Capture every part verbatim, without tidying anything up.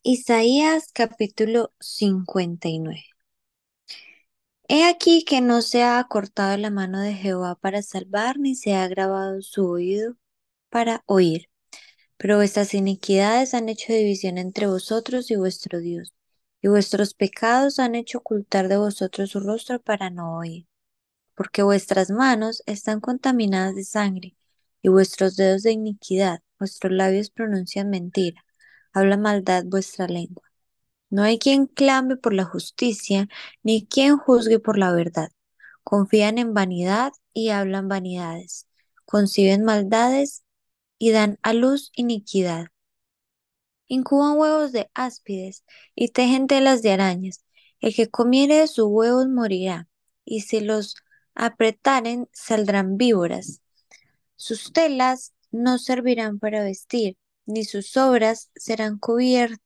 Isaías capítulo cincuenta y nueve. He aquí que no se ha acortado la mano de Jehová para salvar, ni se ha agravado su oído para oír. Pero vuestras iniquidades han hecho división entre vosotros y vuestro Dios, y vuestros pecados han hecho ocultar de vosotros su rostro para no oír. Porque vuestras manos están contaminadas de sangre, y vuestros dedos de iniquidad, vuestros labios pronuncian mentira, habla maldad vuestra lengua. No hay quien clame por la justicia, ni quien juzgue por la verdad. Confían en vanidad y hablan vanidades. Conciben maldades y dan a luz iniquidad. Incuban huevos de áspides y tejen telas de arañas. El que comiere de sus huevos morirá, y si los apretaren saldrán víboras. Sus telas no servirán para vestir, ni sus obras serán cubiertas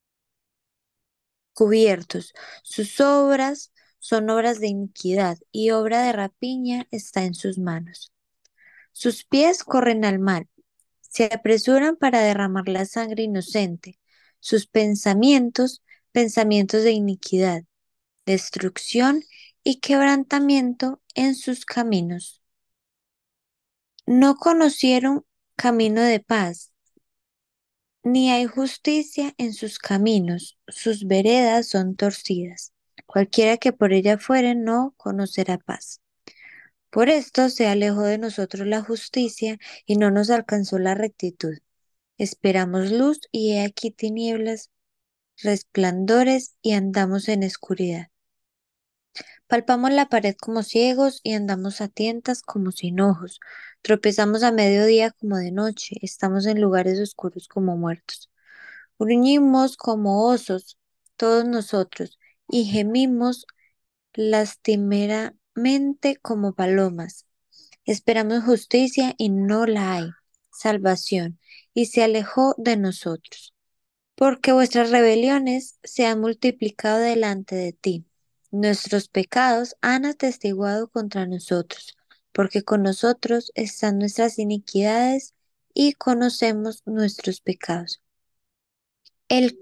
cubiertos. Sus obras son obras de iniquidad y obra de rapiña está en sus manos. Sus pies corren al mal, se apresuran para derramar la sangre inocente. Sus pensamientos, pensamientos de iniquidad, destrucción y quebrantamiento en sus caminos. No conocieron camino de paz, ni hay justicia en sus caminos, sus veredas son torcidas. Cualquiera que por ella fuere no conocerá paz. Por esto se alejó de nosotros la justicia y no nos alcanzó la rectitud. Esperamos luz y he aquí tinieblas, resplandores y andamos en oscuridad. Palpamos la pared como ciegos y andamos a tientas como sin ojos. Tropezamos a mediodía como de noche, estamos en lugares oscuros como muertos. Gruñimos como osos, todos nosotros, y gemimos lastimeramente como palomas. Esperamos justicia y no la hay, salvación, y se alejó de nosotros. Porque vuestras rebeliones se han multiplicado delante de ti. Nuestros pecados han atestiguado contra nosotros, porque con nosotros están nuestras iniquidades y conocemos nuestros pecados. El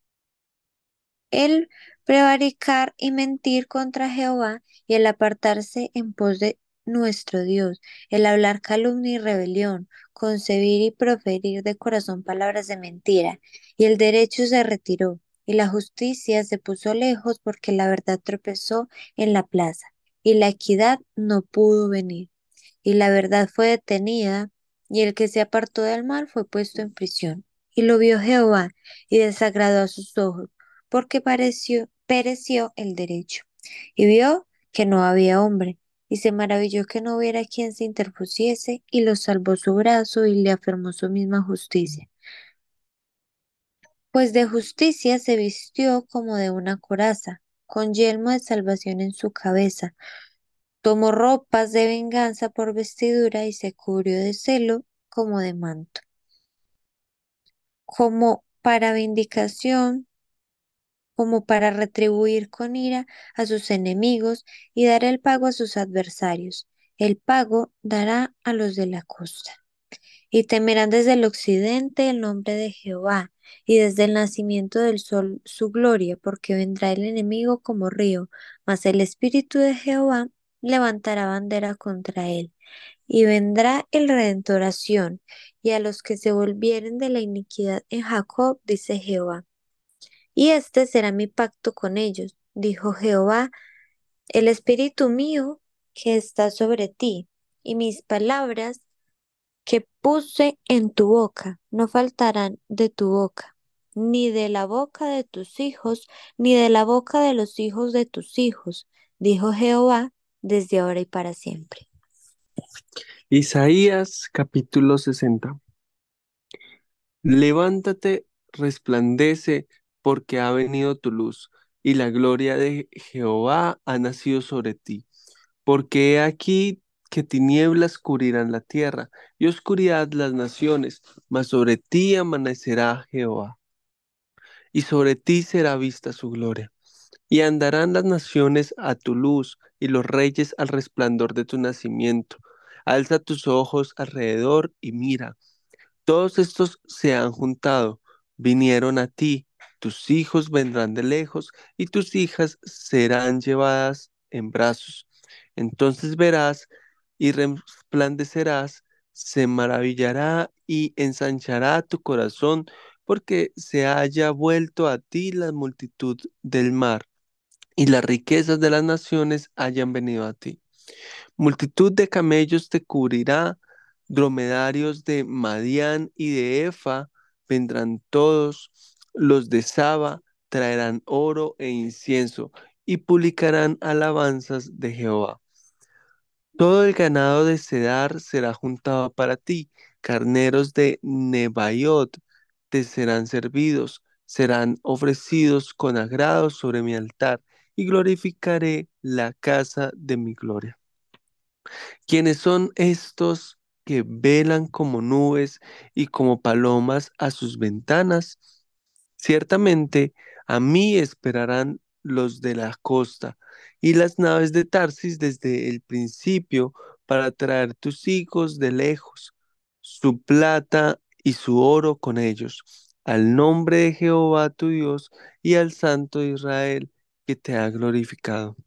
el prevaricar y mentir contra Jehová y el apartarse en pos de nuestro Dios, el hablar calumnia y rebelión, concebir y proferir de corazón palabras de mentira, y el derecho se retiró, y la justicia se puso lejos porque la verdad tropezó en la plaza, y la equidad no pudo venir, y la verdad fue detenida, y el que se apartó del mal fue puesto en prisión. Y lo vio Jehová, y desagradó a sus ojos porque pareció, pereció el derecho, y vio que no había hombre, y se maravilló que no hubiera quien se interpusiese, y lo salvó su brazo y le afirmó su misma justicia. Pues de justicia se vistió como de una coraza, con yelmo de salvación en su cabeza, tomó ropas de venganza por vestidura y se cubrió de celo como de manto, como para vindicación como para retribuir con ira a sus enemigos y dar el pago a sus adversarios. El pago dará a los de la costa. Y temerán desde el occidente el nombre de Jehová, y desde el nacimiento del sol su gloria, porque vendrá el enemigo como río, mas el espíritu de Jehová levantará bandera contra él. Y vendrá el Redentor a Sión, y a los que se volvieren de la iniquidad en Jacob, dice Jehová. Y este será mi pacto con ellos, dijo Jehová, el espíritu mío que está sobre ti, y mis palabras que puse en tu boca no faltarán de tu boca, ni de la boca de tus hijos, ni de la boca de los hijos de tus hijos, dijo Jehová, desde ahora y para siempre. Isaías capítulo sesenta. Levántate, resplandece, porque ha venido tu luz, y la gloria de Jehová ha nacido sobre ti. Porque he aquí que tinieblas cubrirán la tierra, y oscuridad las naciones, mas sobre ti amanecerá Jehová, y sobre ti será vista su gloria. Y andarán las naciones a tu luz, y los reyes al resplandor de tu nacimiento. Alza tus ojos alrededor y mira. Todos estos se han juntado, vinieron a ti, tus hijos vendrán de lejos y tus hijas serán llevadas en brazos. Entonces verás y resplandecerás, se maravillará y ensanchará tu corazón, porque se haya vuelto a ti la multitud del mar y las riquezas de las naciones hayan venido a ti. Multitud de camellos te cubrirá, dromedarios de Madián y de Efa vendrán todos, los de Saba traerán oro e incienso y publicarán alabanzas de Jehová. Todo el ganado de Cedar será juntado para ti, carneros de Nebaiot te serán servidos, serán ofrecidos con agrado sobre mi altar, y glorificaré la casa de mi gloria. ¿Quiénes son estos que velan como nubes y como palomas a sus ventanas? Ciertamente a mí esperarán los de la costa y las naves de Tarsis desde el principio para traer tus hijos de lejos, su plata y su oro con ellos, al nombre de Jehová tu Dios y al Santo de Israel que te ha glorificado.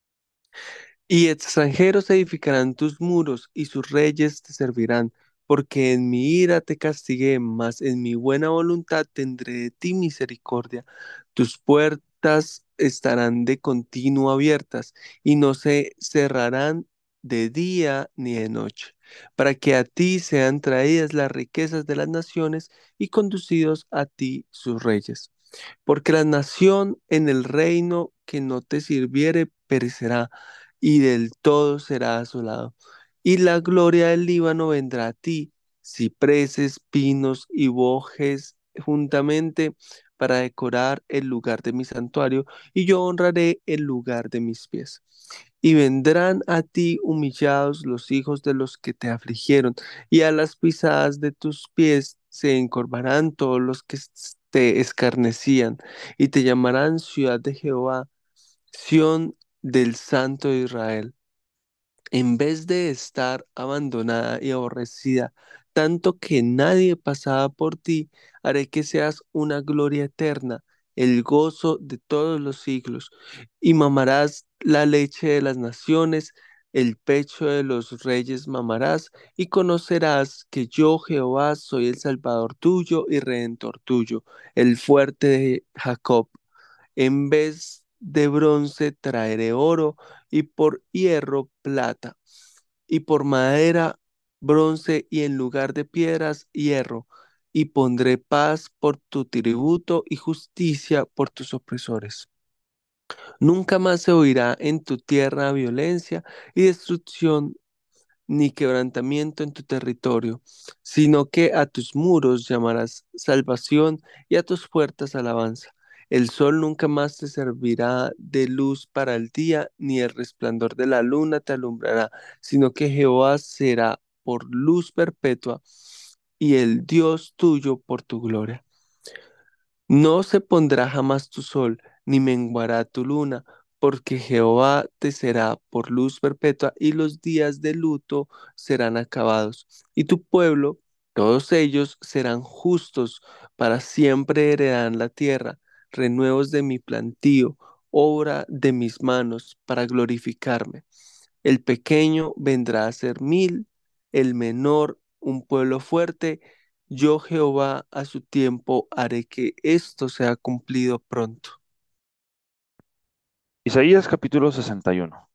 Y extranjeros edificarán tus muros, y sus reyes te servirán, porque en mi ira te castigué, mas en mi buena voluntad tendré de ti misericordia. Tus puertas estarán de continuo abiertas, y no se cerrarán de día ni de noche, para que a ti sean traídas las riquezas de las naciones y conducidos a ti sus reyes. Porque la nación en el reino que no te sirviere perecerá, y del todo será asolado. Y la gloria del Líbano vendrá a ti, cipreses, pinos y bojes juntamente para decorar el lugar de mi santuario, y yo honraré el lugar de mis pies. Y vendrán a ti humillados los hijos de los que te afligieron, y a las pisadas de tus pies se encorvarán todos los que s- te escarnecían, y te llamarán ciudad de Jehová, Sión del Santo de Israel. En vez de estar abandonada y aborrecida, tanto que nadie pasaba por ti, haré que seas una gloria eterna, el gozo de todos los siglos, y mamarás la leche de las naciones, el pecho de los reyes mamarás, y conocerás que yo, Jehová, soy el Salvador tuyo y Redentor tuyo, el fuerte de Jacob. En vez de bronce traeré oro, y por hierro plata, y por madera bronce, y en lugar de piedras hierro, y pondré paz por tu tributo y justicia por tus opresores. Nunca más se oirá en tu tierra violencia y destrucción ni quebrantamiento en tu territorio, sino que a tus muros llamarás salvación y a tus puertas alabanza. El sol nunca más te servirá de luz para el día, ni el resplandor de la luna te alumbrará, sino que Jehová será por luz perpetua y el Dios tuyo por tu gloria. No se pondrá jamás tu sol, ni menguará tu luna, porque Jehová te será por luz perpetua, y los días de luto serán acabados. Y tu pueblo, todos ellos serán justos, para siempre heredarán la tierra, renuevos de mi plantío, obra de mis manos, para glorificarme. El pequeño vendrá a ser mil, el menor un pueblo fuerte. Yo, Jehová, a su tiempo haré que esto sea cumplido pronto. Isaías capítulo sesenta y uno.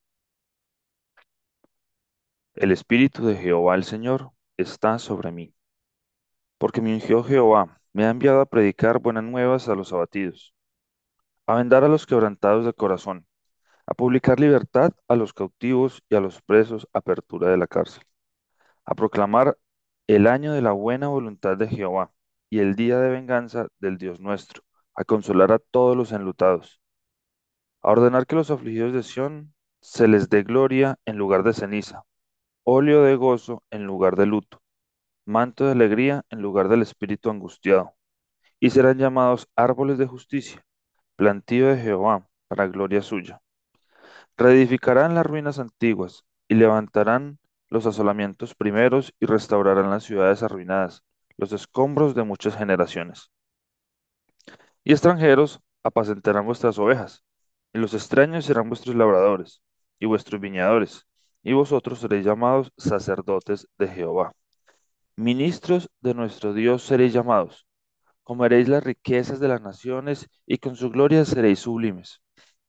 El Espíritu de Jehová el Señor está sobre mí, porque me ungió Jehová, me ha enviado a predicar buenas nuevas a los abatidos, a vendar a los quebrantados de corazón, a publicar libertad a los cautivos y a los presos, apertura de la cárcel, a proclamar el año de la buena voluntad de Jehová y el día de venganza del Dios nuestro, a consolar a todos los enlutados, a ordenar que los afligidos de Sión se les dé gloria en lugar de ceniza, óleo de gozo en lugar de luto, manto de alegría en lugar del espíritu angustiado, y serán llamados árboles de justicia, plantío de Jehová, para gloria suya. Reedificarán las ruinas antiguas, y levantarán los asolamientos primeros, y restaurarán las ciudades arruinadas, los escombros de muchas generaciones. Y extranjeros apacentarán vuestras ovejas, y los extraños serán vuestros labradores, y vuestros viñadores, y vosotros seréis llamados sacerdotes de Jehová. Ministros de nuestro Dios seréis llamados. Comeréis las riquezas de las naciones, y con su gloria seréis sublimes.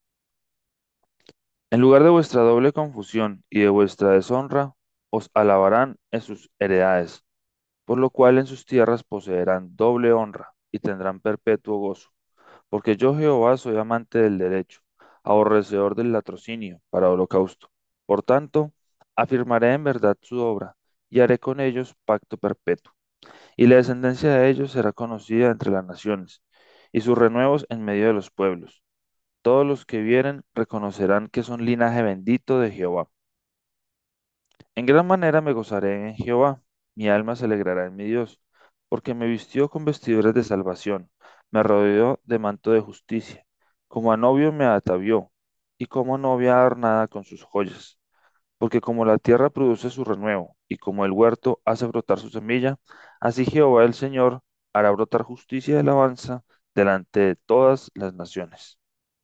En lugar de vuestra doble confusión y de vuestra deshonra, os alabarán en sus heredades, por lo cual en sus tierras poseerán doble honra y tendrán perpetuo gozo. Porque yo Jehová soy amante del derecho, aborrecedor del latrocinio para holocausto. Por tanto, afirmaré en verdad su obra, y haré con ellos pacto perpetuo. Y la descendencia de ellos será conocida entre las naciones, y sus renuevos en medio de los pueblos. Todos los que vieren reconocerán que son linaje bendito de Jehová. En gran manera me gozaré en Jehová, mi alma se alegrará en mi Dios, porque me vistió con vestiduras de salvación, me rodeó de manto de justicia, como a novio me atavió, y como novia adornada con sus joyas. Porque como la tierra produce su renuevo, y como el huerto hace brotar su semilla, así Jehová el Señor hará brotar justicia y alabanza delante de todas las naciones.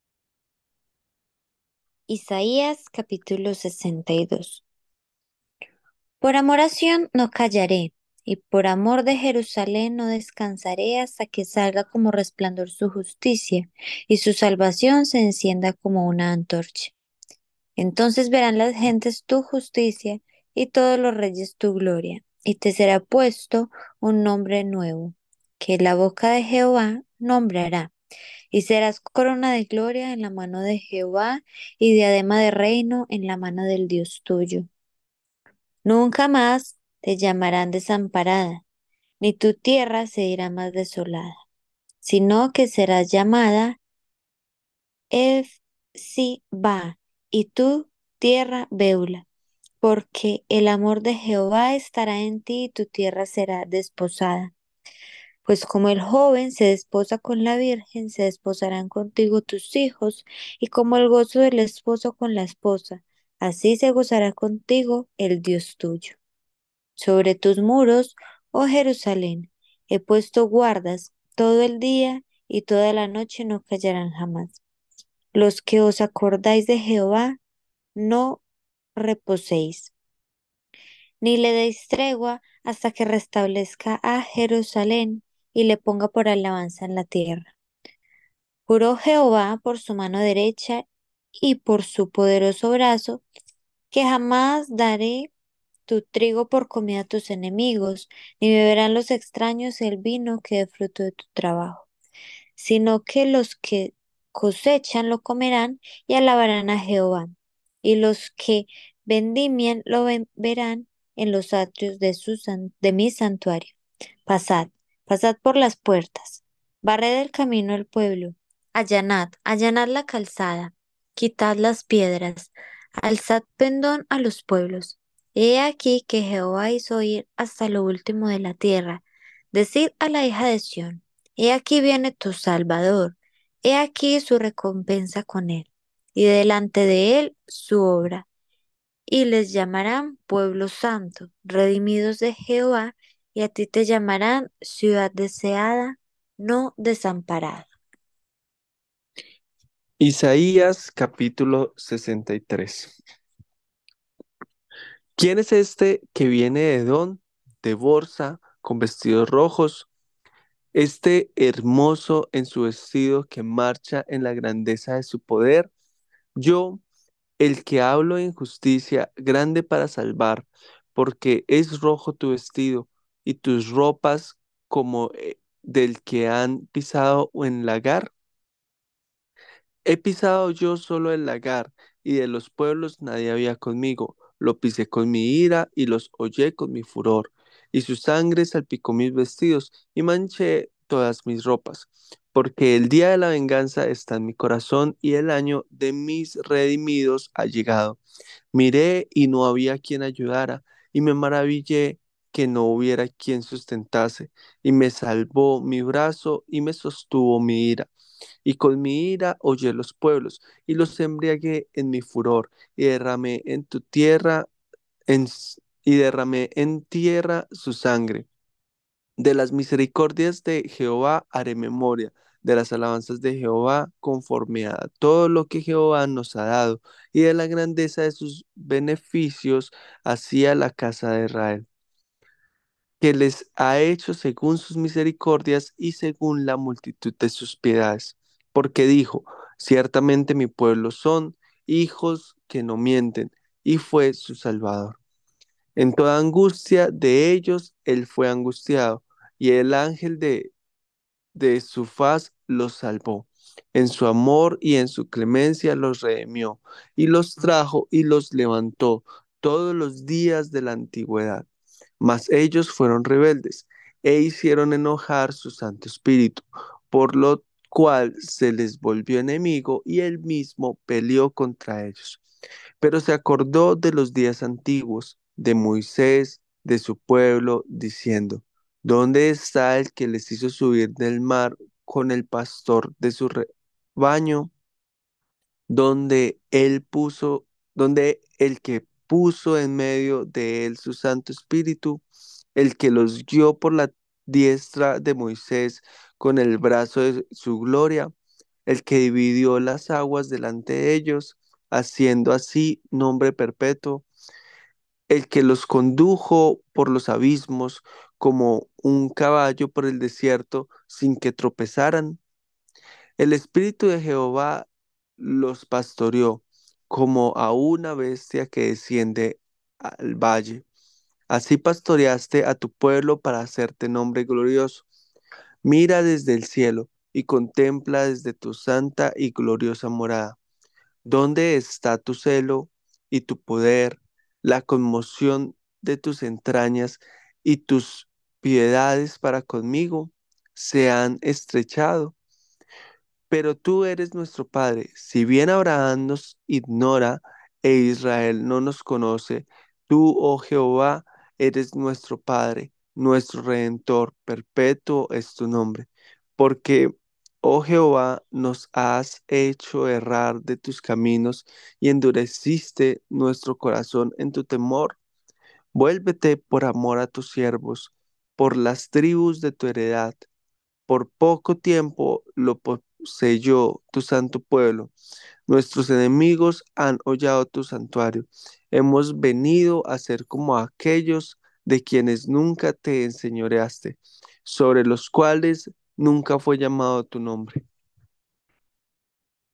Isaías capítulo sesenta y dos. Por amor a Sión no callaré, y por amor de Jerusalén no descansaré hasta que salga como resplandor su justicia, y su salvación se encienda como una antorcha. Entonces verán las gentes tu justicia, y todos los reyes tu gloria, y te será puesto un nombre nuevo, que la boca de Jehová nombrará, y serás corona de gloria en la mano de Jehová, y diadema de reino en la mano del Dios tuyo. Nunca más te llamarán desamparada, ni tu tierra se dirá más desolada, sino que serás llamada Efsiba, y tu tierra Beula, porque el amor de Jehová estará en ti y tu tierra será desposada. Pues como el joven se desposa con la virgen, se desposarán contigo tus hijos, y como el gozo del esposo con la esposa, así se gozará contigo el Dios tuyo. Sobre tus muros, oh Jerusalén, he puesto guardas todo el día y toda la noche no callarán jamás. Los que os acordáis de Jehová, no reposéis, ni le deis tregua hasta que restablezca a Jerusalén y le ponga por alabanza en la tierra. Juró Jehová por su mano derecha y por su poderoso brazo, que jamás daré tu trigo por comida a tus enemigos, ni beberán los extraños el vino que es fruto de tu trabajo, sino que los que cosechan lo comerán y alabarán a Jehová, y los que vendimian lo ven- verán en los atrios de, su san- de mi santuario. Pasad, pasad por las puertas, barred el camino del pueblo, allanad, allanad la calzada, quitad las piedras, alzad pendón a los pueblos. He aquí que Jehová hizo ir hasta lo último de la tierra. Decid a la hija de Sión, he aquí viene tu Salvador, he aquí su recompensa con él, y delante de él su obra, y les llamarán pueblo santo, redimidos de Jehová, y a ti te llamarán ciudad deseada, no desamparada. Isaías capítulo sesenta y tres. ¿Quién es este que viene de Edom, de Borsa, con vestidos rojos? Este hermoso en su vestido que marcha en la grandeza de su poder. Yo, el que hablo en justicia, grande para salvar, porque es rojo tu vestido y tus ropas como eh, del que han pisado en lagar. He pisado yo solo el lagar, y de los pueblos nadie había conmigo. Lo pisé con mi ira y los hollé con mi furor. Y su sangre salpicó mis vestidos y manché todas mis ropas. Porque el día de la venganza está en mi corazón y el año de mis redimidos ha llegado. Miré y no había quien ayudara, y me maravillé que no hubiera quien sustentase. Y me salvó mi brazo y me sostuvo mi ira y con mi ira hollé los pueblos, y los embriagué en mi furor, y derramé en tu tierra, en, s- y derramé en tierra su sangre. De las misericordias de Jehová haré memoria, de las alabanzas de Jehová, conforme a todo lo que Jehová nos ha dado, y de la grandeza de sus beneficios hacia la casa de Israel, que les ha hecho según sus misericordias y según la multitud de sus piedades. Porque dijo, ciertamente mi pueblo son hijos que no mienten, y fue su Salvador. En toda angustia de ellos, él fue angustiado, y el ángel de de su faz los salvó. En su amor y en su clemencia los redimió, y los trajo y los levantó todos los días de la antigüedad. Mas ellos fueron rebeldes e hicieron enojar su Santo Espíritu, por lo cual se les volvió enemigo y él mismo peleó contra ellos. Pero se acordó de los días antiguos, de Moisés, de su pueblo, diciendo, ¿dónde está el que les hizo subir del mar con el pastor de su rebaño? Donde él puso, donde el que puso en medio de él su Santo Espíritu, el que los guió por la diestra de Moisés con el brazo de su gloria, el que dividió las aguas delante de ellos, haciendo así nombre perpetuo, el que los condujo por los abismos como un caballo por el desierto sin que tropezaran. El Espíritu de Jehová los pastoreó como a una bestia que desciende al valle. Así pastoreaste a tu pueblo para hacerte nombre glorioso. Mira desde el cielo y contempla desde tu santa y gloriosa morada. ¿Dónde está tu celo y tu poder, la conmoción de tus entrañas y tus piedades para conmigo se han estrechado? Pero tú eres nuestro Padre. Si bien Abraham nos ignora e Israel no nos conoce, tú, oh Jehová, eres nuestro Padre, nuestro Redentor, perpetuo es tu nombre. Porque, oh Jehová, nos has hecho errar de tus caminos y endureciste nuestro corazón en tu temor. Vuélvete por amor a tus siervos, por las tribus de tu heredad. Por poco tiempo lo poseyó tu santo pueblo. Nuestros enemigos han hollado tu santuario. Hemos venido a ser como aquellos de quienes nunca te enseñoreaste, sobre los cuales nunca fue llamado tu nombre.